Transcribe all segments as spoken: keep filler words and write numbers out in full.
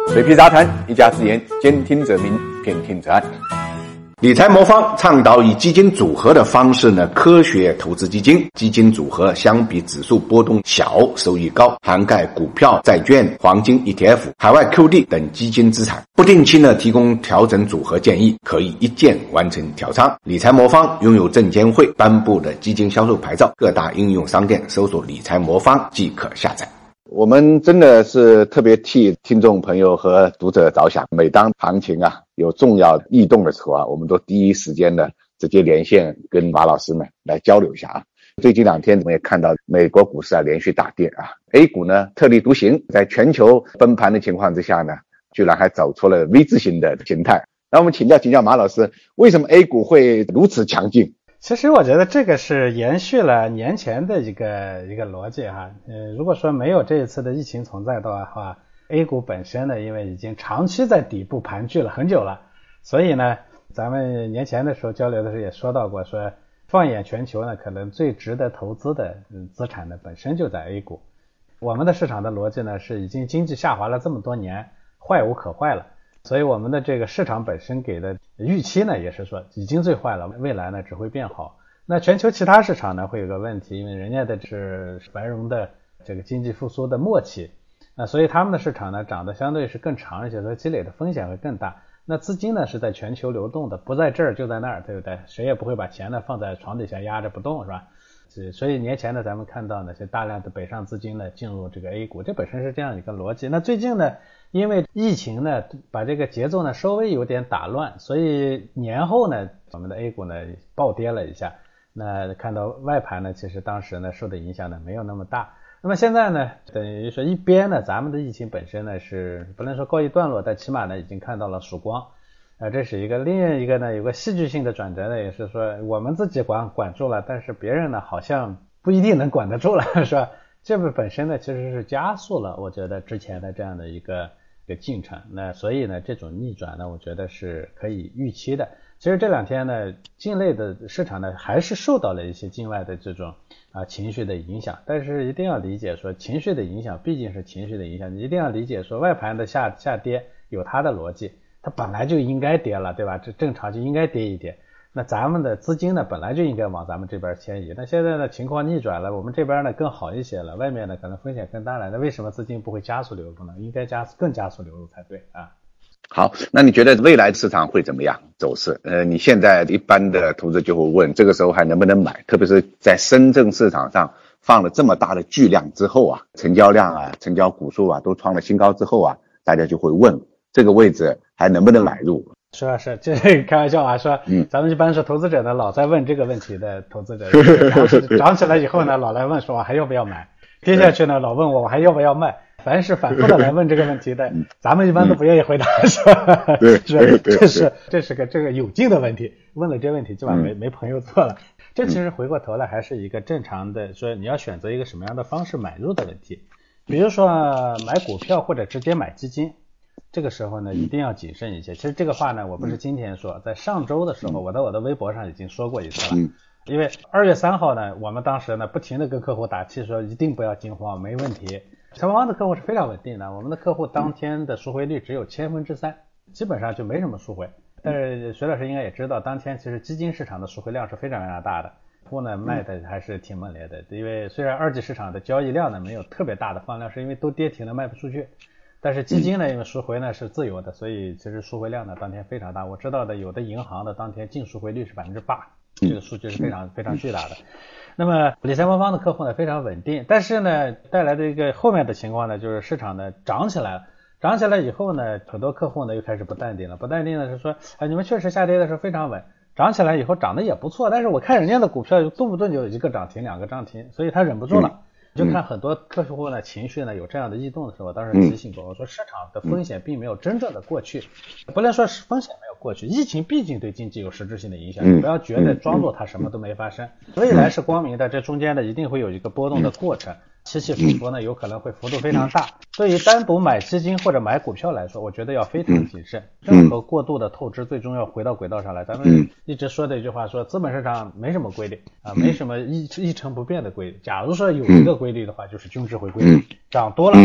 水皮杂谈，一家之言，兼听则明，偏听则暗。 理财魔方倡导以基金组合的方式呢，科学投资基金。基金组合相比指数波动小，收益高，涵盖股票、债券、黄金 E T F、海外 Q D 等基金资产。不定期呢提供调整组合建议，可以一键完成调仓。理财魔方拥有证监会颁布的基金销售牌照，各大应用商店搜索理财魔方即可下载。我们真的是特别替听众朋友和读者着想，每当行情啊有重要异动的时候啊，我们都第一时间的直接连线跟马老师们来交流一下啊。最近两天我们也看到美国股市啊连续大跌啊 ，A 股呢特立独行，在全球崩盘的情况之下呢，居然还走出了 V 字形的形态。那我们请教请教马老师，为什么 A 股会如此强劲？ 其实我觉得这个是延续了年前的一个一个逻辑哈，呃，如果说没有这一次的疫情存在的话 ，A 股本身呢，因为已经长期在底部盘踞了很久了，所以呢，咱们年前的时候交流的时候也说到过，说放眼全球呢，可能最值得投资的资产呢，本身就在 A 股。我们的市场的逻辑呢，是已经经济下滑了这么多年，坏无可坏了。所以我们的这个市场本身给的预期呢，也是说已经最坏了，未来呢只会变好。那全球其他市场呢会有个问题，因为人家的是繁荣的这个经济复苏的末期，那所以他们的市场呢涨得相对是更长一些，所以积累的风险会更大。那资金呢是在全球流动的，不在这儿就在那儿，对不对？谁也不会把钱呢放在床底下压着不动，是吧？所以年前呢咱们看到呢是大量的北上资金呢进入这个 A 股，这本身是这样一个逻辑。那最近呢因为疫情呢把这个节奏呢稍微有点打乱，所以年后呢我们的 A 股呢暴跌了一下。那看到外盘呢其实当时呢受的影响呢没有那么大。那么现在呢等于说一边呢咱们的疫情本身呢是不能说告一段落，但起码呢已经看到了曙光。呃，这是一个，另一个呢有个戏剧性的转折呢，也是说我们自己管管住了，但是别人呢好像不一定能管得住了，是吧？这个本身呢其实是加速了我觉得之前的这样的一个一个进程。那所以呢这种逆转呢我觉得是可以预期的。其实这两天呢境内的市场呢还是受到了一些境外的这种啊情绪的影响，但是一定要理解说情绪的影响毕竟是情绪的影响，你一定要理解说外盘的下下跌有它的逻辑，它本来就应该跌了，对吧？这正常就应该跌一跌。那咱们的资金呢本来就应该往咱们这边迁移，那现在呢情况逆转了，我们这边呢更好一些了，外面呢可能风险更大了，那为什么资金不会加速流入呢？应该加更加速流入才对啊。 好，那你觉得未来市场会怎么样走势？呃，你现在一般的投资就会问，这个时候还能不能买？特别是在深圳市场上放了这么大的巨量之后啊，成交量啊、成交股数啊都创了新高之后啊，大家就会问这个位置还能不能买入？ 是啊是，这开玩笑啊，说嗯，咱们一般是投资者呢老在问这个问题的投资者，涨起来以后呢老来问说我还要不要买，跌下去呢老问我我还要不要卖。凡是反复的来问这个问题的，咱们一般都不愿意回答，是吧？对，是，这是这是个这个有劲的问题，问了这问题基本上没没朋友做了。这其实回过头来还是一个正常的说你要选择一个什么样的方式买入的问题。比如说买股票或者直接买基金，这个时候呢一定要谨慎一些。其实这个话呢我不是今天说，在上周的时候我在我的微博上已经说过一次了。因为二月三号呢我们当时呢不停的跟客户打气说一定不要惊慌，没问题。财富方的客户是非常稳定的，我们的客户当天的赎回率只有千分之三，基本上就没什么赎回。但是徐老师应该也知道，当天其实基金市场的赎回量是非常非常大的，户呢卖的还是挺猛烈的。因为虽然二级市场的交易量呢没有特别大的放量，是因为都跌停了卖不出去，但是基金呢因为赎回呢是自由的，所以其实赎回量呢当天非常大。我知道的有的银行的当天净赎回率是百分之八，这个数据是非常非常巨大的。那么理财魔方的客户呢非常稳定，但是呢带来的一个后面的情况呢就是市场呢涨起来了，涨起来以后呢很多客户呢又开始不淡定了，不淡定呢是说哎你们确实下跌的时候非常稳，涨起来以后涨得也不错，但是我看人家的股票动不动就有一个涨停两个涨停，所以他忍不住了。就看很多客户呢情绪呢有这样的异动的时候，我当时提醒过我说市场的风险并没有真正的过去，不能说是风险没有过去，疫情毕竟对经济有实质性的影响，你不要觉得装作它什么都没发生，未来是光明的，这中间呢一定会有一个波动的过程，起起伏伏呢有可能会幅度非常大。对于单独买基金或者买股票来说，我觉得要非常谨慎，任何过度的透支最终要回到轨道上来。咱们一直说的一句话说资本市场没什么规律啊，没什么一一成不变的规律，假如说有一个规律的话就是均值回归，涨多了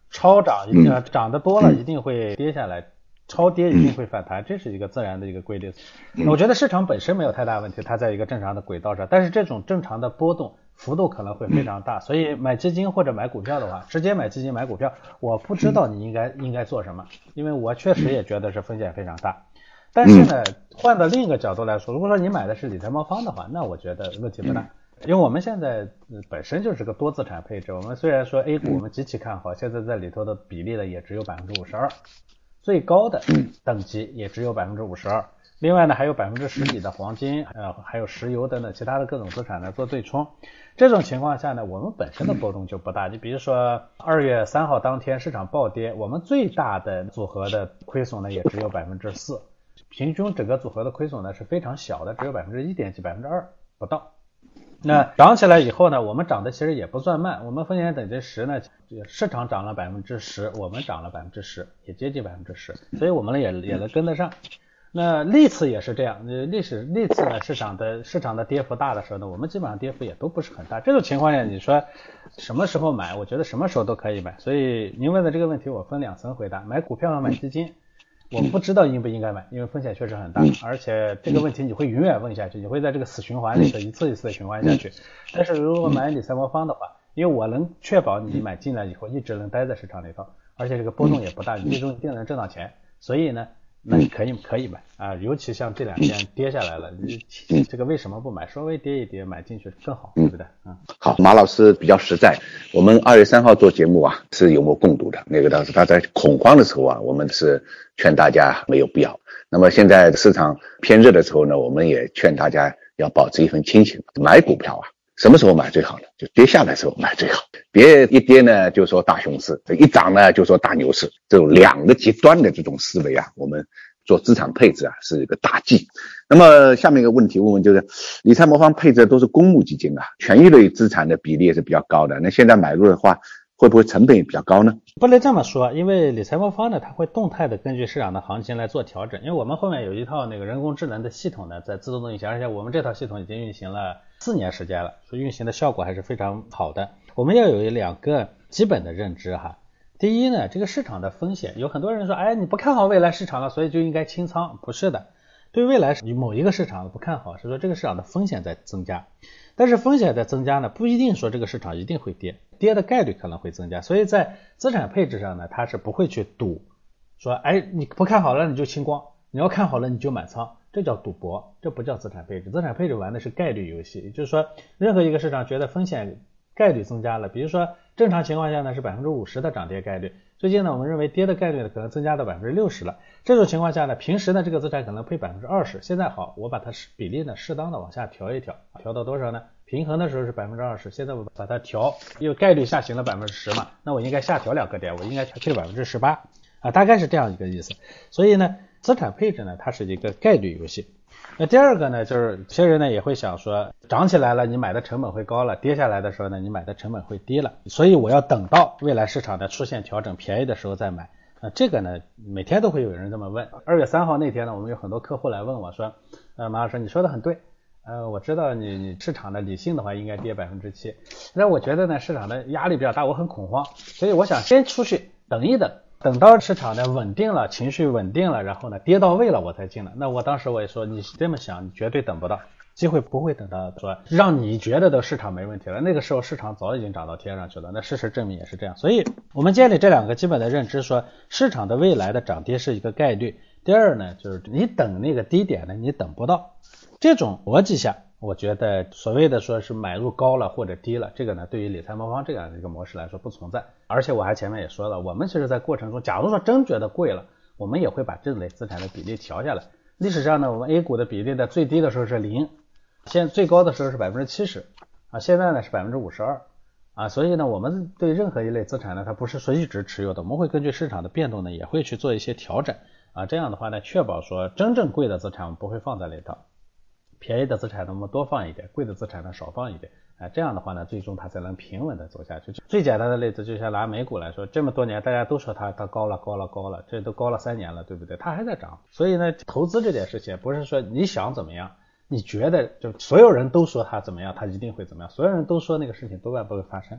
超涨一定涨得多了一定会跌下来，超跌一定会反弹，这是一个自然的一个规律。我觉得市场本身没有太大问题，它在一个正常的轨道上，但是这种正常的波动幅度可能会非常大，所以买基金或者买股票的话，直接买基金买股票，我不知道你应该应该做什么，因为我确实也觉得是风险非常大。但是呢，换到另一个角度来说，如果说你买的是理财魔方的话，那我觉得问题不大。因为我们现在本身就是个多资产配置，我们虽然说 A 股我们极其看好，现在在里头的比例呢也只有 百分之五十二， 最高的等级也只有 百分之五十二， 另外呢还有 百分之十几的黄金，呃还有石油等等其他的各种资产呢做对冲。这种情况下呢，我们本身的波动就不大。你比如说二月三号当天市场暴跌，我们最大的组合的亏损呢也只有 百分之四， 平均整个组合的亏损呢是非常小的，只有 百分之一点几 百分之二 不到。那涨起来以后呢，我们涨的其实也不算慢，我们风险等级十呢，市场涨了 百分之十， 我们涨了 百分之十， 也接近 百分之十， 所以我们也也能跟得上。那历次也是这样，历史历次呢市场的市场的跌幅大的时候呢，我们基本上跌幅也都不是很大。这种情况下你说什么时候买，我觉得什么时候都可以买。所以您问的这个问题我分两层回答，买股票和买基金我不知道应不应该买，因为风险确实很大，而且这个问题你会永远问下去，你会在这个死循环里头一次一次的循环下去。但是如果买理财魔方的话，因为我能确保你买进来以后一直能待在市场里头，而且这个波动也不大，你最终一定能挣到钱，所以呢那你可以可以买啊，尤其像这两天跌下来了，你这个为什么不买？稍微跌一跌买进去更好，对不对？嗯， 好，马老师比较实在。我们二月三号做节目啊，是有目共睹的。那个当时他在恐慌的时候啊，我们是劝大家没有必要。那么现在市场偏热的时候呢，我们也劝大家要保持一份清醒。买股票啊，什么时候买最好呢？就跌下来的时候买最好。别一跌呢就说大熊市，一涨呢就说大牛市，这种两个极端的这种思维啊，我们做资产配置啊是一个大忌。那么下面一个问题问问，就是理财魔方配置的都是公募基金啊，权益类资产的比例也是比较高的，那现在买入的话会不会成本也比较高呢？ 不能这么说，因为理财魔方呢它会动态的根据市场的行情来做调整，因为我们后面有一套那个人工智能的系统呢在自动运行，而且我们这套系统已经运行了四年时间了，所以运行的效果还是非常好的。我们要有两个基本的认知哈。第一呢，这个市场的风险，有很多人说，哎，你不看好未来市场了，所以就应该清仓。不是的，对未来某一个市场不看好，是说这个市场的风险在增加。但是风险在增加呢，不一定说这个市场一定会跌，跌的概率可能会增加。所以在资产配置上呢，它是不会去赌，说，哎，你不看好了你就清光，你要看好了你就满仓，这叫赌博，这不叫资产配置。资产配置玩的是概率游戏，也就是说，任何一个市场觉得风险概率增加了，比如说正常情况下呢是 百分之五十 的涨跌概率，最近呢我们认为跌的概率呢可能增加到 百分之六十 了。这种情况下呢，平时呢这个资产可能配 百分之二十， 现在好，我把它比例呢适当的往下调一调，调到多少呢？平衡的时候是 百分之二十， 现在我把它调，因为概率下行了 百分之十 嘛，那我应该下调两个点，我应该配 百分之十八 啊，大概是这样一个意思。所以呢资产配置呢它是一个概率游戏。那第二个呢，就是有些人呢也会想说，涨起来了你买的成本会高了，跌下来的时候呢你买的成本会低了，所以我要等到未来市场的出现调整便宜的时候再买。那这个呢每天都会有人这么问。二月三号那天呢，我们有很多客户来问我说，呃，马老师你说的很对，呃，我知道你你市场的理性的话应该跌 百分之七， 但我觉得呢市场的压力比较大，我很恐慌，所以我想先出去等一等，等到市场呢稳定了，情绪稳定了，然后呢跌到位了我才进了。那我当时我也说，你这么想你绝对等不到，机会不会等到说让你觉得的市场没问题了，那个时候市场早已经涨到天上去了，那事实证明也是这样。所以我们建立这两个基本的认知，说市场的未来的涨跌是一个概率。第二呢，就是你等那个低点呢你等不到，这种逻辑下我觉得所谓的说是买入高了或者低了，这个呢对于理财魔方这样的一个模式来说不存在。而且我还前面也说了，我们其实在过程中假如说真觉得贵了，我们也会把这类资产的比例调下来。历史上呢我们 A 股的比例的最低的时候是零，现在最高的时候是 百分之七十 啊，现在呢是 百分之五十二 啊，所以呢我们对任何一类资产呢它不是说一直持有的，我们会根据市场的变动呢也会去做一些调整啊，这样的话呢确保说真正贵的资产我们不会放在里头，便宜的资产呢我们多放一点，贵的资产呢少放一点啊，这样的话呢最终它才能平稳的走下去。最简单的例子就像拿美股来说，这么多年大家都说它它高了高了高了，这都高了三年了，对不对？它还在涨。所以呢投资这件事情不是说你想怎么样，你觉得就所有人都说它怎么样它一定会怎么样，所有人都说那个事情多半不会发生啊。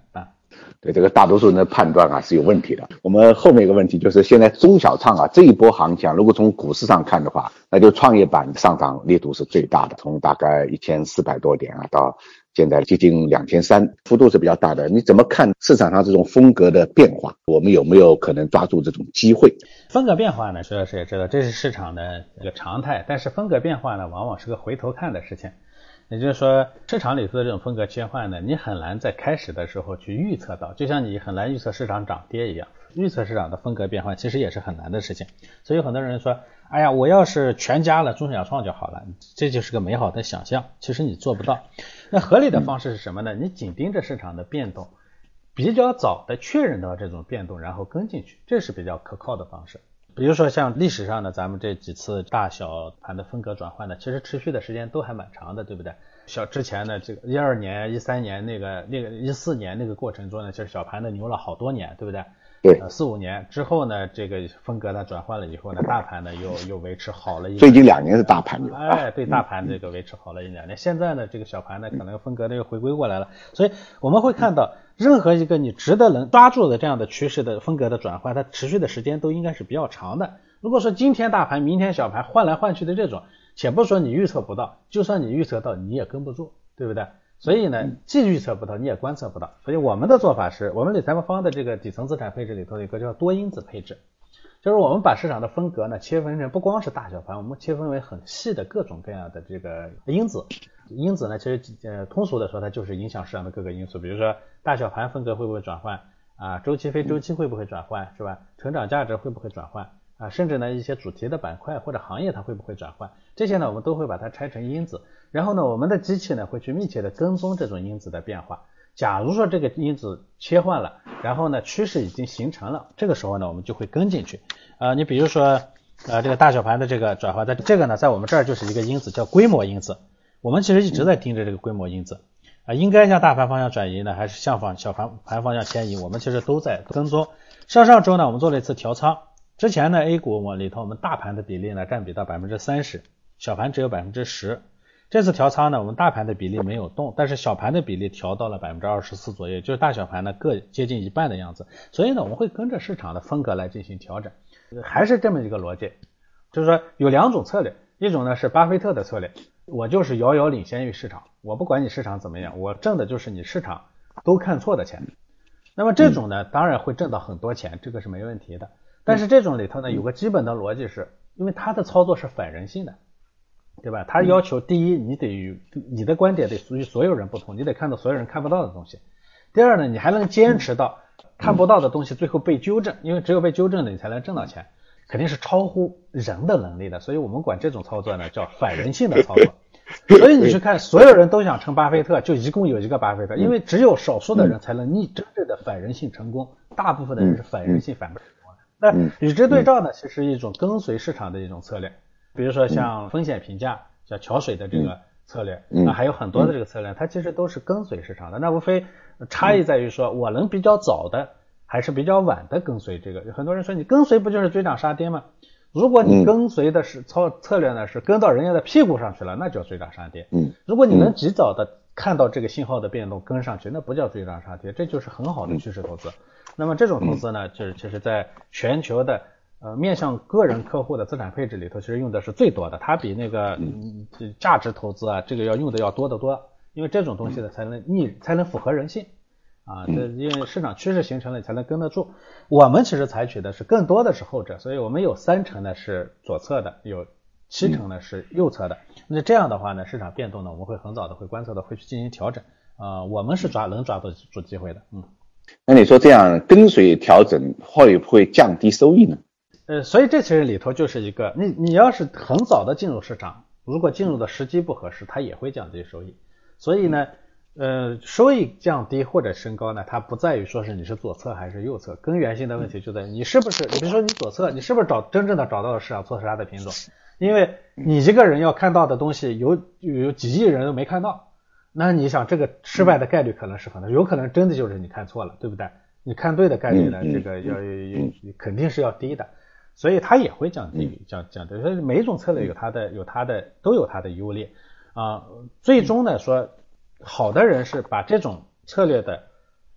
对，这个大多数人的判断啊是有问题的。我们后面一个问题就是现在中小创啊这一波行情，如果从股市上看的话，那就创业板上涨力度是最大的，从大概一千四百多点啊到现在接近两千三百，幅度是比较大的。你怎么看市场上这种风格的变化？我们有没有可能抓住这种机会？ 风格变化呢，徐老师也知道这是市场的一个常态，但是风格变化呢往往是个回头看的事情。也就是说市场里头的这种风格切换呢，你很难在开始的时候去预测到，就像你很难预测市场涨跌一样，预测市场的风格变化其实也是很难的事情。所以有很多人说，哎呀，我要是全加了中小创就好了，这就是个美好的想象，其实你做不到。那合理的方式是什么呢？你紧盯着市场的变动，比较早的确认到这种变动，然后跟进去，这是比较可靠的方式。比如说像历史上的咱们这几次大小盘的风格转换呢，其实持续的时间都还蛮长的，对不对？小之前的这个一二年、一三年那个那个一四年那个过程中呢，其实小盘的牛了好多年，对不对？ 对， 呃，四五年之后呢，这个风格它转换了以后呢，大盘呢又又维持好了一年。 最近两年是大盘牛， 哎，对，大盘这个维持好了一两年。现在呢，这个小盘呢，可能风格呢又回归过来了。所以我们会看到，任何一个你值得能抓住的这样的趋势的风格的转换，它持续的时间都应该是比较长的。如果说今天大盘，明天小盘换来换去的这种，且不说你预测不到，就算你预测到，你也跟不住，对不对？所以呢，既预测不到，你也观测不到。所以我们的做法是，我们理财魔方的这个底层资产配置里头有一个叫多因子配置，就是我们把市场的风格呢切分成不光是大小盘，我们切分为很细的各种各样的这个因子。因子呢，其实呃通俗的说，它就是影响市场的各个因素，比如说大小盘风格会不会转换啊，周期非周期会不会转换，是吧？成长价值会不会转换啊，甚至呢一些主题的板块或者行业它会不会转换，这些呢我们都会把它拆成因子，然后呢我们的机器呢会去密切的跟踪这种因子的变化。假如说这个因子切换了，然后呢趋势已经形成了，这个时候呢我们就会跟进去。呃，你比如说呃这个大小盘的这个转换，在这个呢在我们这儿就是一个因子叫规模因子，我们其实一直在盯着这个规模因子啊、呃，应该向大盘方向转移呢，还是向方小盘盘方向迁移，我们其实都在跟踪。上上周呢我们做了一次调仓。之前呢 A 股我里头我们大盘的比例呢占比到 百分之三十， 小盘只有 百分之十。 这次调仓呢我们大盘的比例没有动，但是小盘的比例调到了 百分之二十四 左右，就是大小盘呢各接近一半的样子。所以呢我们会跟着市场的风格来进行调整，还是这么一个逻辑，就是说有两种策略，一种呢是巴菲特的策略，我就是遥遥领先于市场，我不管你市场怎么样，我挣的就是你市场都看错的钱。那么这种呢当然会挣到很多钱，这个是没问题的。但是这种里头呢有个基本的逻辑是，因为它的操作是反人性的，对吧？它要求第一，你得与你的观点得与所有人不同，你得看到所有人看不到的东西。第二呢，你还能坚持到看不到的东西最后被纠正，因为只有被纠正了你才能挣到钱，肯定是超乎人的能力的。所以我们管这种操作呢叫反人性的操作。所以你去看，所有人都想成巴菲特，就一共有一个巴菲特，因为只有少数的人才能逆真正的反人性成功，大部分的人是反人性反不成功的。那与之对照呢，其实一种跟随市场的一种策略，比如说像风险评价，像桥水的这个策略，那还有很多的这个策略，它其实都是跟随市场的。那无非差异在于说，我能比较早的还是比较晚的跟随这个。很多人说你跟随不就是追涨杀跌吗？如果你跟随的是操策略呢，是跟到人家的屁股上去了，那叫追涨杀跌。嗯，如果你能及早的看到这个信号的变动跟上去，那不叫追涨杀跌，这就是很好的趋势投资。那么这种投资呢，就是其实在全球的呃面向个人客户的资产配置里头，其实用的是最多的，它比那个嗯价值投资啊这个要用的要多得多，因为这种东西呢才能逆才能符合人性。啊，这因为市场趋势形成了，你才能跟得住。我们其实采取的是更多的是后者，所以我们有三成呢是左侧的，有七成呢是右侧的。那这样的话呢，市场变动呢，我们会很早的会观测的，会去进行调整。啊、呃，我们是抓能抓得住机会的。嗯， 那你说这样跟随调整会不会降低收益呢？ 呃，所以这其实里头就是一个，你你要是很早的进入市场，如果进入的时机不合适，它也会降低收益。所以呢。呃，收益降低或者升高呢，它不在于说是你是左侧还是右侧，根源性的问题就在于你是不是，你比如说你左侧，你是不是找真正的找到了市场错杀的品种？因为你一个人要看到的东西有有几亿人都没看到，那你想这个失败的概率可能是很大，有可能真的就是你看错了，对不对？你看对的概率呢，这个要肯定是要低的，所以它也会降低降降低。所以每一种策略有它的有它的都有它的优劣啊、呃，最终呢说。好的人是把这种策略的呃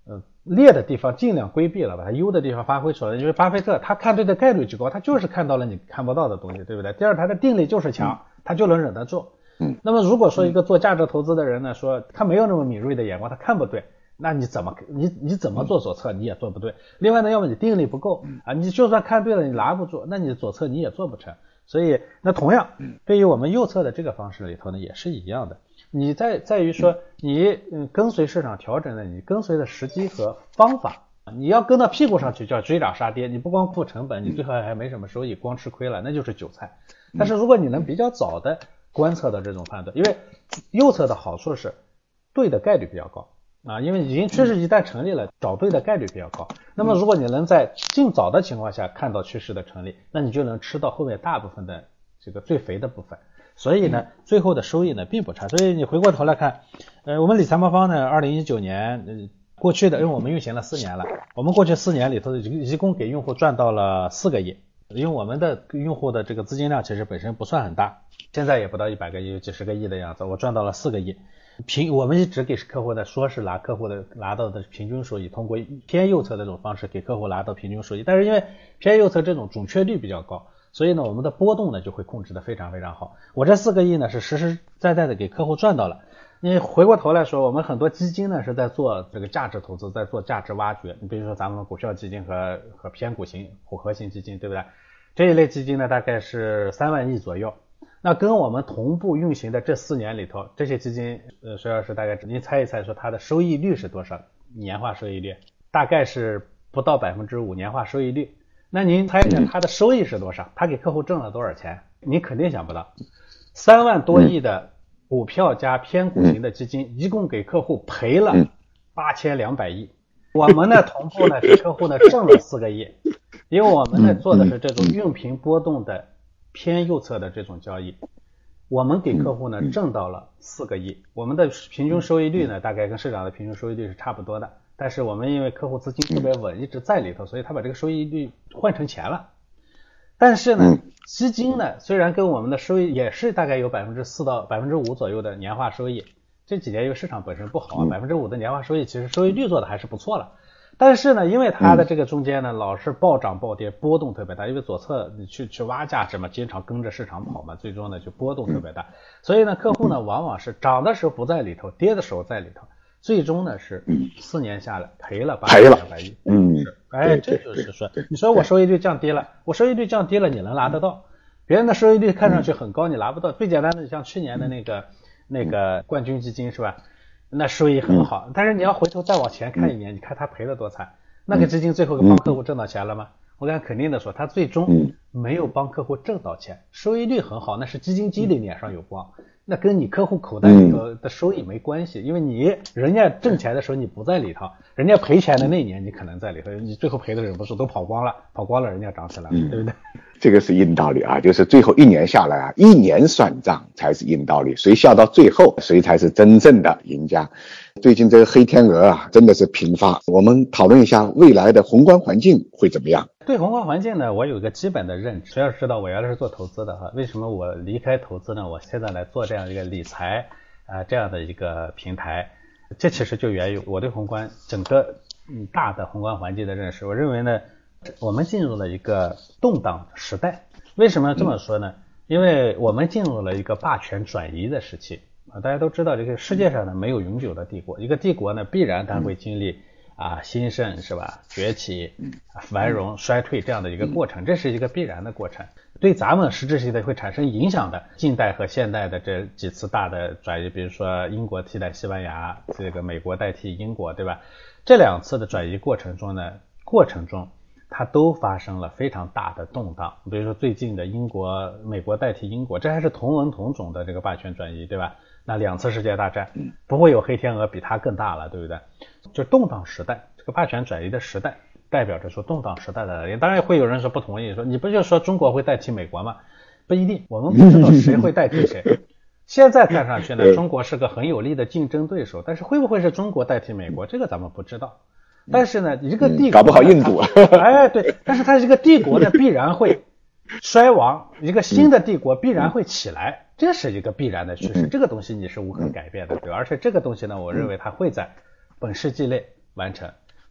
劣的地方尽量规避了，把它优的地方发挥出来。因为巴菲特他看对的概率就高，他就是看到了你看不到的东西，对不对？第二，他的定力就是强，他就能忍得住。 嗯， 那么如果说一个做价值投资的人呢，说他没有那么敏锐的眼光，他看不对，那你怎么你你怎么做左侧你也做不对。另外呢，要么你定力不够啊，你就算看对了你拿不住，那你左侧你也做不成。所以那同样对于我们右侧的这个方式里头呢也是一样的。你在在于说你嗯跟随市场调整的，你跟随的时机和方法，你要跟到屁股上去叫追涨杀跌，你不光付成本，你最后还没什么收益，光吃亏了，那就是韭菜。但是如果你能比较早的观测到这种判断，因为右侧的好处是对的概率比较高啊，因为已经趋势一旦成立了，找对的概率比较高。那么如果你能在尽早的情况下看到趋势的成立，那你就能吃到后面大部分的这个最肥的部分。所以呢，最后的收益呢并不差。所以你回过头来看，呃，我们理财魔方呢，二零一九年、呃、过去的，因为我们运行了四年了，我们过去四年里头一共给用户赚到了四个亿。因为我们的用户的这个资金量其实本身不算很大，现在也不到一百个亿，有几十个亿的样子，我赚到了四个亿。平我们一直给客户的说是拿客户的拿到的平均收益，通过偏右侧的这种方式给客户拿到平均收益，但是因为偏右侧这种准确率比较高，所以呢我们的波动呢就会控制的非常非常好。我这四个亿呢是实实在在的给客户赚到了。你回过头来说，我们很多基金呢是在做这个价值投资，在做价值挖掘。你比如说咱们股票基金和和偏股型复合型基金，对不对？这一类基金呢大概是三万亿左右。那跟我们同步运行的这四年里头，这些基金呃徐老师大概您猜一猜说它的收益率是多少？年化收益率大概是不到 百分之五 年化收益率。那您猜一下它的收益是多少？他给客户挣了多少钱？你肯定想不到。三万多亿的股票加偏股型的基金一共给客户赔了八千两百亿。我们呢同步呢给客户呢挣了四个亿。因为我们呢做的是这种运平波动的偏右侧的这种交易，我们给客户呢挣到了四个亿。我们的平均收益率呢大概跟市场的平均收益率是差不多的，但是我们因为客户资金特别稳，一直在里头，所以他把这个收益率换成钱了。但是呢基金呢虽然跟我们的收益也是大概有 百分之四 到 百分之五 左右的年化收益，这几年因为市场本身不好啊 百分之五 的年化收益其实收益率做的还是不错了。但是呢因为它的这个中间呢老是暴涨暴跌，波动特别大，因为左侧你去去挖价值嘛，经常跟着市场跑嘛，最终呢就波动特别大。所以呢客户呢往往是涨的时候不在里头，跌的时候在里头，最终呢是四年下来赔了八千两百亿。嗯，哎，这就是说你说我收益率降低了，我收益率降低了你能拿得到，别人的收益率看上去很高你拿不到。最简单的像去年的那个那个冠军基金是吧，那收益很好，但是你要回头再往前看一年，你看他赔了多惨。那个基金最后帮客户挣到钱了吗？我敢肯定的说他最终没有帮客户挣到钱。收益率很好，那是基金经理脸上有光，那跟你客户口袋里头的收益没关系，因为你人家挣钱的时候你不在里头，人家赔钱的那年你可能在里头，你最后赔的人不是都跑光了，跑光了人家涨起来了，对不对？ 这个是硬道理啊，就是最后一年下来啊，一年算账才是硬道理，谁笑到最后谁才是真正的赢家。最近这个黑天鹅啊真的是频发，我们讨论一下未来的宏观环境会怎么样。 对宏观环境呢我有一个基本的认知，谁要知道我原来是做投资的哈，为什么我离开投资呢？我现在来做这样一个理财啊、呃、这样的一个平台，这其实就源于我对宏观整个嗯大的宏观环境的认识。我认为呢我们进入了一个动荡时代。为什么这么说呢？因为我们进入了一个霸权转移的时期啊。大家都知道这个世界上呢没有永久的帝国，一个帝国呢必然它会经历啊兴盛是吧，崛起、繁荣、衰退这样的一个过程，这是一个必然的过程，对咱们实质性的会产生影响的。近代和现代的这几次大的转移，比如说英国替代西班牙，这个美国代替英国，对吧？这两次的转移过程中呢，过程中它都发生了非常大的动荡。比如说最近的英国美国代替英国，这还是同文同种的这个霸权转移，对吧？那两次世界大战不会有黑天鹅比它更大了，对不对？就动荡时代，这个霸权转移的时代代表着说动荡时代的来临。当然会有人说不同意，说你不就说中国会代替美国吗？不一定，我们不知道谁会代替谁。现在看上去呢中国是个很有力的竞争对手，但是会不会是中国代替美国，这个咱们不知道。但是呢一个帝国、嗯、 搞不好印度哎对，但是它这个帝国呢必然会衰亡，一个新的帝国必然会起来，这是一个必然的趋势，这个东西你是无可改变的，对吧？而且这个东西呢我认为它会在本世纪内完成。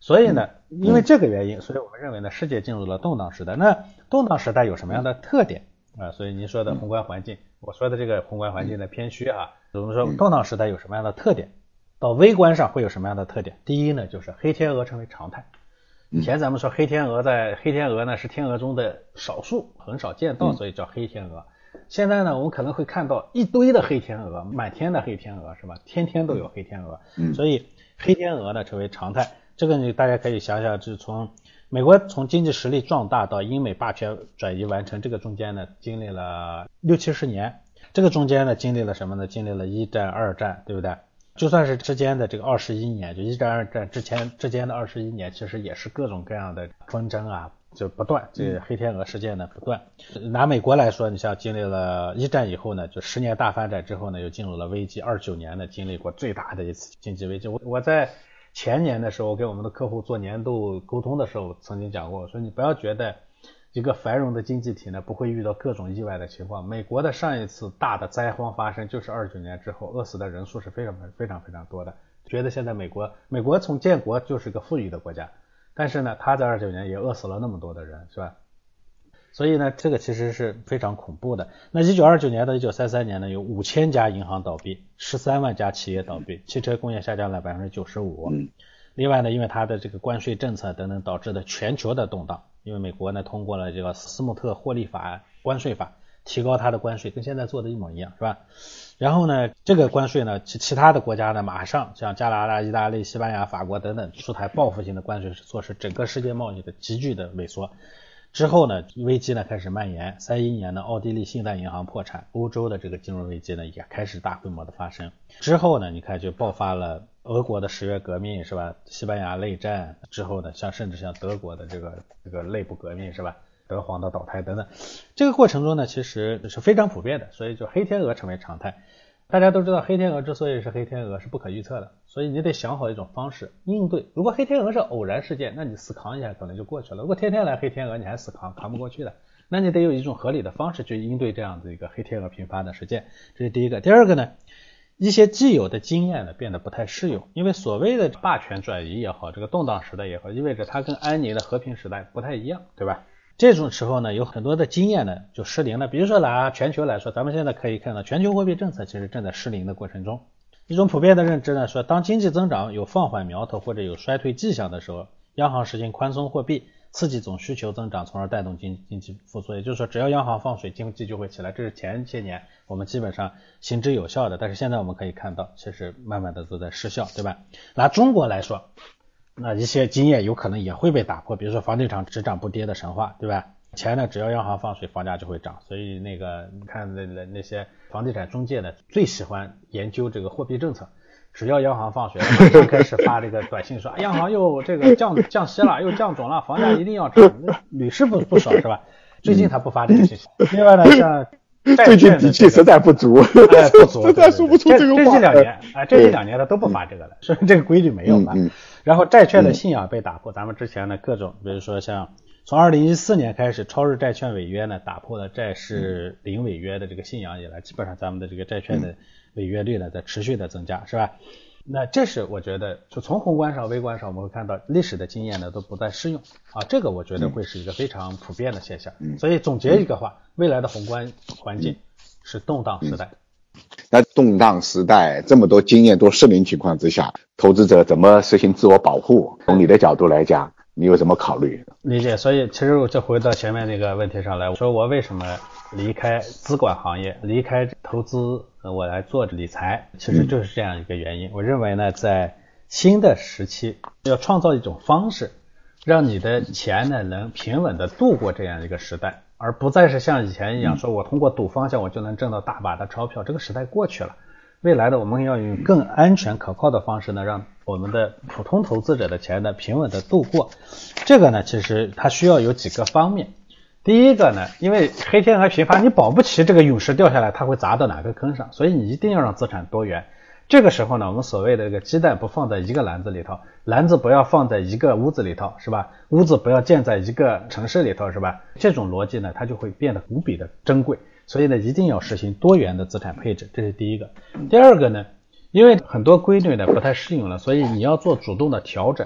所以呢，因为这个原因，所以我们认为呢，世界进入了动荡时代。那动荡时代有什么样的特点啊？所以您说的宏观环境，我说的这个宏观环境的偏虚啊，我们说动荡时代有什么样的特点？到微观上会有什么样的特点？第一呢，就是黑天鹅成为常态。以前咱们说黑天鹅在黑天鹅呢是天鹅中的少数，很少见到，所以叫黑天鹅。现在呢，我们可能会看到一堆的黑天鹅，满天的黑天鹅，是吧？天天都有黑天鹅，所以黑天鹅呢成为常态。这个你大家可以想想，就是从美国从经济实力壮大到英美霸权转移完成，这个中间呢经历了六七十年。这个中间呢经历了什么呢？经历了一战、二战，对不对？就算是之间的这个二十一年，就一战、二战之前之间的二十一年，其实也是各种各样的纷争啊，就不断，这黑天鹅事件呢不断。拿美国来说，你像经历了一战以后呢，就十年大发展之后呢，又进入了危机。二九年呢，经历过最大的一次经济危机。我我在前年的时候跟我们的客户做年度沟通的时候，曾经讲过，我说你不要觉得一个繁荣的经济体呢不会遇到各种意外的情况。美国的上一次大的灾荒发生就是二九年之后，饿死的人数是非常非常非常多的。觉得现在美国美国从建国就是个富裕的国家，但是呢他在二九年也饿死了那么多的人，是吧？所以呢这个其实是非常恐怖的。那一九二九年到一九三三年呢，有五千家银行倒闭，十三万家企业倒闭，汽车工业下降了 百分之九十五。 另外呢，因为它的这个关税政策等等导致的全球的动荡，因为美国呢通过了这个斯穆特获利法关税法，提高它的关税，跟现在做的一模一样，是吧？然后呢这个关税呢其其他的国家呢马上像加拿大、意大利、西班牙、法国等等出台报复性的关税措施，整个世界贸易的急剧的萎缩。之后呢危机呢开始蔓延，三一年呢奥地利信贷银行破产，欧洲的这个金融危机呢也开始大规模的发生。之后呢你看就爆发了俄国的十月革命，是吧？西班牙内战之后呢，像甚至像德国的这个这个内部革命，是吧？德皇的倒台等等，这个过程中呢其实是非常普遍的，所以就黑天鹅成为常态。大家都知道黑天鹅之所以是黑天鹅是不可预测的，所以你得想好一种方式应对。如果黑天鹅是偶然事件，那你死扛一下可能就过去了。如果天天来黑天鹅你还死扛扛不过去的，那你得有一种合理的方式去应对这样的一个黑天鹅频发的事件，这是第一个。第二个呢，一些既有的经验呢变得不太适用，因为所谓的霸权转移也好，这个动荡时代也好，意味着它跟安宁的和平时代不太一样，对吧？这种时候呢有很多的经验呢就失灵了。比如说拿全球来说，咱们现在可以看到全球货币政策其实正在失灵的过程中。一种普遍的认知呢说，当经济增长有放缓苗头或者有衰退迹象的时候，央行实行宽松货币，刺激总需求增长，从而带动经经济复苏。也就是说只要央行放水，经济就会起来，这是前些年我们基本上行之有效的。但是现在我们可以看到其实慢慢的都在失效，对吧？拿中国来说，那一些经验有可能也会被打破，比如说房地产只涨不跌的神话，对吧？钱呢只要央行放水，房价就会涨。所以那个你看那那那些房地产中介呢最喜欢研究这个货币政策，只要央行放水马上开始发这个短信说央行又这个降降息了，又降准了，房价一定要涨，屡试不不少，是吧？最近他不发这个信息。另外呢像最近底气实在不足， 哎，不足， 实在说不出这个话。 这这两年，哎，这一两年他都不发这个了，所以这个规律没有了。 嗯嗯、 然后债券的信仰被打破，咱们之前的各种，比如说像从二零一四年开始，超日债券违约呢，打破了债市零违约的这个信仰以来，基本上咱们的这个债券的违约率呢在持续的增加，是吧？那这是我觉得就从宏观上微观上我们会看到历史的经验呢都不再适用啊，这个我觉得会是一个非常普遍的现象。所以总结一个话，未来的宏观环境是动荡时代。 那动荡时代这么多经验都失灵情况之下，投资者怎么实行自我保护？从你的角度来讲，你有什么考虑？ 理解。所以其实我就回到前面那个问题上来，我说我为什么离开资管行业，离开投资，我来做理财，其实就是这样一个原因。我认为呢，在新的时期要创造一种方式，让你的钱呢能平稳的度过这样一个时代，而不再是像以前一样说我通过赌方向我就能挣到大把的钞票，这个时代过去了。未来的我们要用更安全可靠的方式呢，让我们的普通投资者的钱呢平稳的度过。这个呢其实它需要有几个方面。第一个呢，因为黑天鹅频发，你保不齐这个陨石掉下来它会砸到哪个坑上，所以你一定要让资产多元。这个时候呢，我们所谓的这个鸡蛋不放在一个篮子里头，篮子不要放在一个屋子里头，是吧？屋子不要建在一个城市里头，是吧？这种逻辑呢它就会变得无比的珍贵，所以呢一定要实行多元的资产配置，这是第一个。第二个呢，因为很多规律呢不太适应了，所以你要做主动的调整。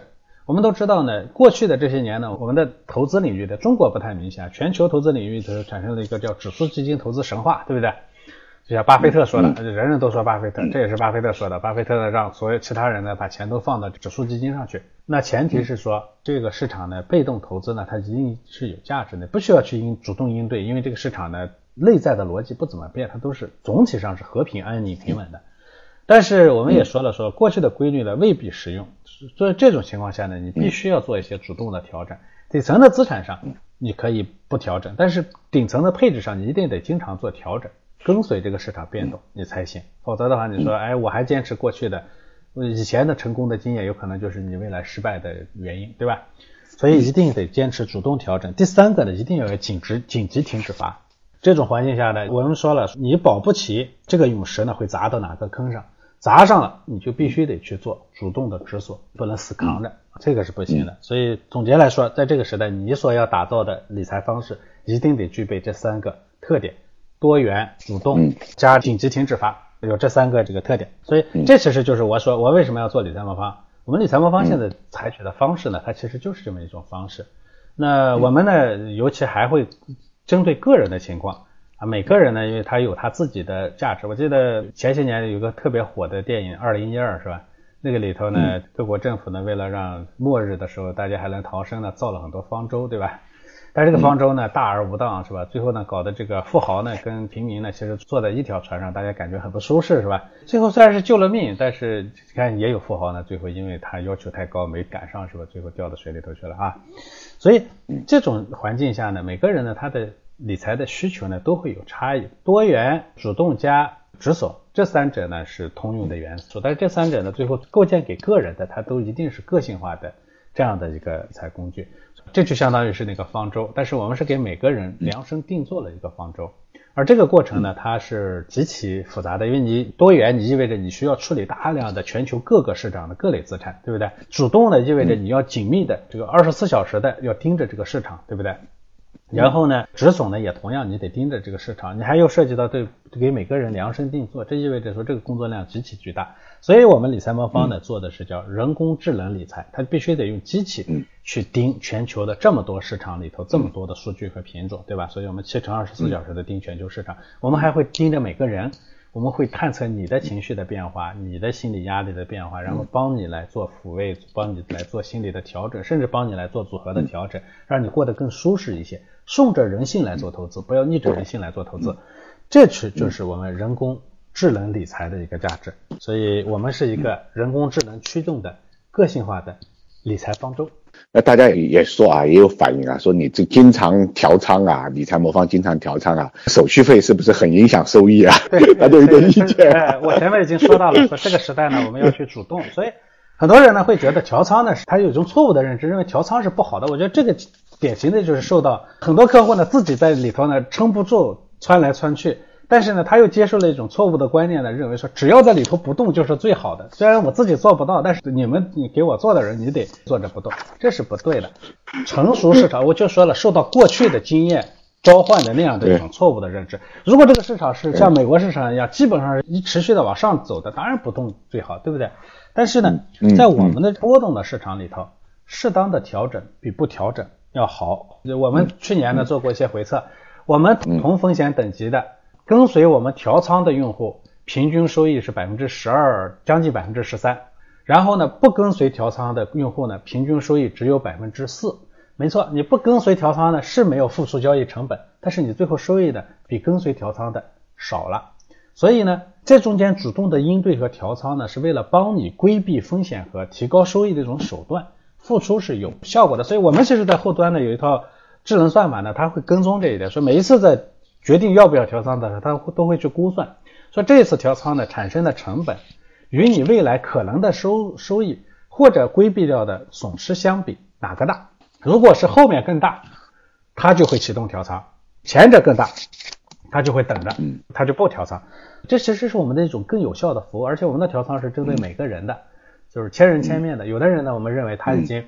我们都知道呢，过去的这些年呢，我们的投资领域的中国不太明显，全球投资领域头产生了一个叫指数基金投资神话，对不对？就像巴菲特说的， 嗯、 人人都说巴菲特，这也是巴菲特说的。巴菲特呢让所有其他人呢把钱都放到指数基金上去。那前提是说，这个市场呢被动投资呢，它一定是有价值的，不需要去应主动应对，因为这个市场呢内在的逻辑不怎么变，它都是总体上是和平、安宁、平稳的。但是我们也说了说，过去的规律呢未必适用，所以这种情况下呢，你必须要做一些主动的调整。底层的资产上你可以不调整，但是顶层的配置上你一定得经常做调整，跟随这个市场变动你才行。否则的话，你说哎，我还坚持过去的以前的成功的经验，有可能就是你未来失败的原因，对吧？所以一定得坚持主动调整。第三个呢，一定要有紧急紧急停止法。这种环境下呢，我们说了，你保不齐这个陨石呢会砸到哪个坑上，砸上了你就必须得去做主动的止损，不能死扛着，这个是不行的。所以总结来说，在这个时代你所要打造的理财方式一定得具备这三个特点：多元、主动加紧急停止法，有这三个这个特点。所以这其实就是我说我为什么要做理财魔方。我们理财魔方现在采取的方式呢，它其实就是这么一种方式。那我们呢尤其还会针对个人的情况啊，每个人呢因为他有他自己的价值。我记得前些年有个特别火的电影二零一二是吧，那个里头呢各国政府呢为了让末日的时候大家还能逃生呢，造了很多方舟，对吧？但是这个方舟呢大而无当是吧，最后呢搞得这个富豪呢跟平民呢其实坐在一条船上，大家感觉很不舒适是吧？最后虽然是救了命，但是你看也有富豪呢最后因为他要求太高没赶上是吧，最后掉到水里头去了啊。所以这种环境下呢，每个人呢他的理财的需求呢都会有差异，多元、主动加止损，这三者呢是通用的元素，但是这三者呢最后构建给个人的，它都一定是个性化的这样的一个理财工具。这就相当于是那个方舟，但是我们是给每个人量身定做了一个方舟。而这个过程呢它是极其复杂的，因为你多元你意味着你需要处理大量的全球各个市场的各类资产，对不对？主动呢意味着你要紧密的这个二十四小时的要盯着这个市场，对不对？然后呢止损呢也同样你得盯着这个市场，你还有涉及到对给每个人量身定做，这意味着说这个工作量极其巨大。所以我们理财魔方呢做的是叫人工智能理财，它必须得用机器去盯全球的这么多市场里头这么多的数据和品种，对吧？所以我们七乘二十四小时的盯全球市场，我们还会盯着每个人，我们会探测你的情绪的变化，你的心理压力的变化，然后帮你来做抚慰，帮你来做心理的调整，甚至帮你来做组合的调整，让你过得更舒适一些。顺着人性来做投资，不要逆着人性来做投资，这就是我们人工智能理财的一个价值。所以我们是一个人工智能驱动的个性化的理财方舟。 那大家也说啊，也有反映啊，说你这经常调仓啊，理财魔方经常调仓啊，手续费是不是很影响收益啊？ 对， 大家有点意见、啊哎。我前面已经说到了，说这个时代呢，我们要去主动，所以很多人呢会觉得调仓呢，他有一种错误的认知，认为调仓是不好的。我觉得这个典型的就是受到很多客户呢自己在里头呢撑不住，窜来窜去。但是呢他又接受了一种错误的观念呢，认为说只要在里头不动就是最好的，虽然我自己做不到，但是你们你给我做的人你得坐着不动，这是不对的。成熟市场我就说了，受到过去的经验召唤的那样的一种错误的认知。如果这个市场是像美国市场一样基本上一持续的往上走的，当然不动最好，对不对？但是呢在我们的波动的市场里头，适当的调整比不调整要好。我们去年呢做过一些回测，我们同风险等级的跟随我们调仓的用户平均收益是 百分之十二， 将近 百分之十三， 然后呢不跟随调仓的用户呢平均收益只有 百分之四。 没错，你不跟随调仓呢是没有付出交易成本，但是你最后收益的比跟随调仓的少了。所以呢这中间主动的应对和调仓呢是为了帮你规避风险和提高收益的一种手段，付出是有效果的。所以我们其实在后端呢有一套智能算法呢，它会跟踪这一点，所以每一次在决定要不要调仓的时候，它都会去估算，说这次调仓呢产生的成本与你未来可能的收收益或者规避掉的损失相比哪个大。如果是后面更大，它就会启动调仓；前者更大，它就会等着，它就不调仓。这其实是我们的一种更有效的服务，而且我们的调仓是针对每个人的，就是千人千面的。有的人呢，我们认为他已经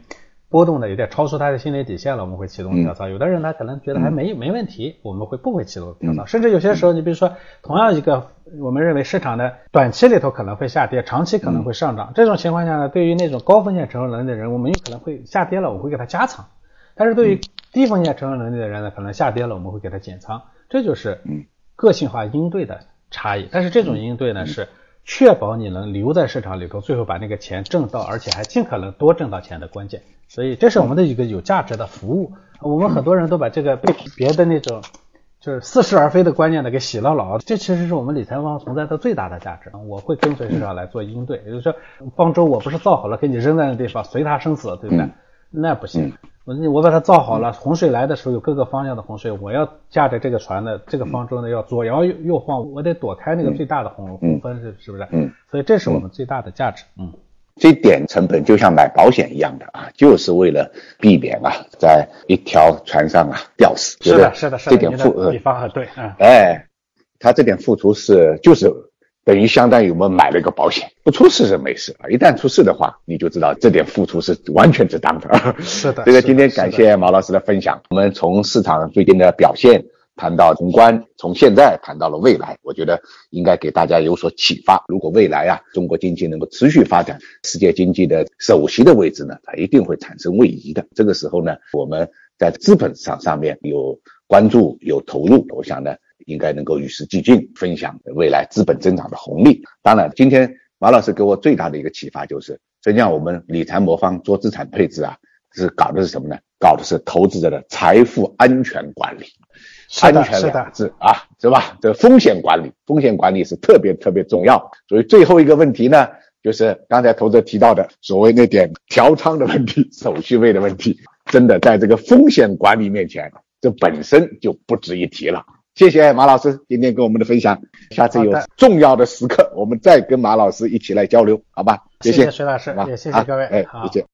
波动的有点超出他的心理底线了，我们会启动跳槽。 嗯、 有的人他可能觉得还没、嗯、没问题，我们会不会启动跳槽？嗯、甚至有些时候，你比如说同样一个我们认为市场的短期里头可能会下跌，长期可能会上涨，嗯、这种情况下呢，对于那种高风险承受能力的人，我们有可能会下跌了，我们会给他加仓；但是对于低风险承受能力的人呢，可能下跌了，我们会给他减仓。这就是个性化应对的差异。但是这种应对呢，是确保你能留在市场里头，最后把那个钱挣到，而且还尽可能多挣到钱的关键。所以这是我们的一个有价值的服务。我们很多人都把这个被别的那种就是似是而非的观念呢给洗了脑，这其实是我们理财方存在的最大的价值。我会跟随市场来做应对，也就是说方舟我不是造好了给你扔在那地方随它生死，对不对？那不行，我我把它造好了，洪水来的时候有各个方向的洪水，我要驾着这个船的这个方舟呢要左摇右晃，我得躲开那个最大的洪洪峰，是是不是？嗯，所以这是我们最大的价值。嗯， 这点成本就像买保险一样的啊，就是为了避免啊在一条船上啊吊死。 是的，是的，是的， 这点付比方很对。嗯， 哎，他这点付出是就是等于相当于我们买了一个保险，不出事是没事啊，一旦出事的话，你就知道这点付出是完全值当的。 是的， 这个今天感谢毛老师的分享，我们从市场最近的表现谈到宏观，从现在谈到了未来，我觉得应该给大家有所启发。如果未来啊，中国经济能够持续发展，世界经济的首席的位置呢，它一定会产生位移的。这个时候呢，我们在资本市场上面有关注有投入，我想呢应该能够与时俱进，分享未来资本增长的红利。当然今天马老师给我最大的一个启发就是，实际上我们理财魔方做资产配置啊，是搞的是什么呢？搞的是投资者的财富安全管理。安全两个字啊，是吧？这风险管理，风险管理是特别特别重要。所以最后一个问题呢，就是刚才投资者提到的所谓那点调仓的问题、手续费的问题，真的在这个风险管理面前，这本身就不值一提了。谢谢马老师今天跟我们的分享，下次有重要的时刻我们再跟马老师一起来交流，好吧？谢谢谢徐老师，也谢谢各位， 哎，谢谢。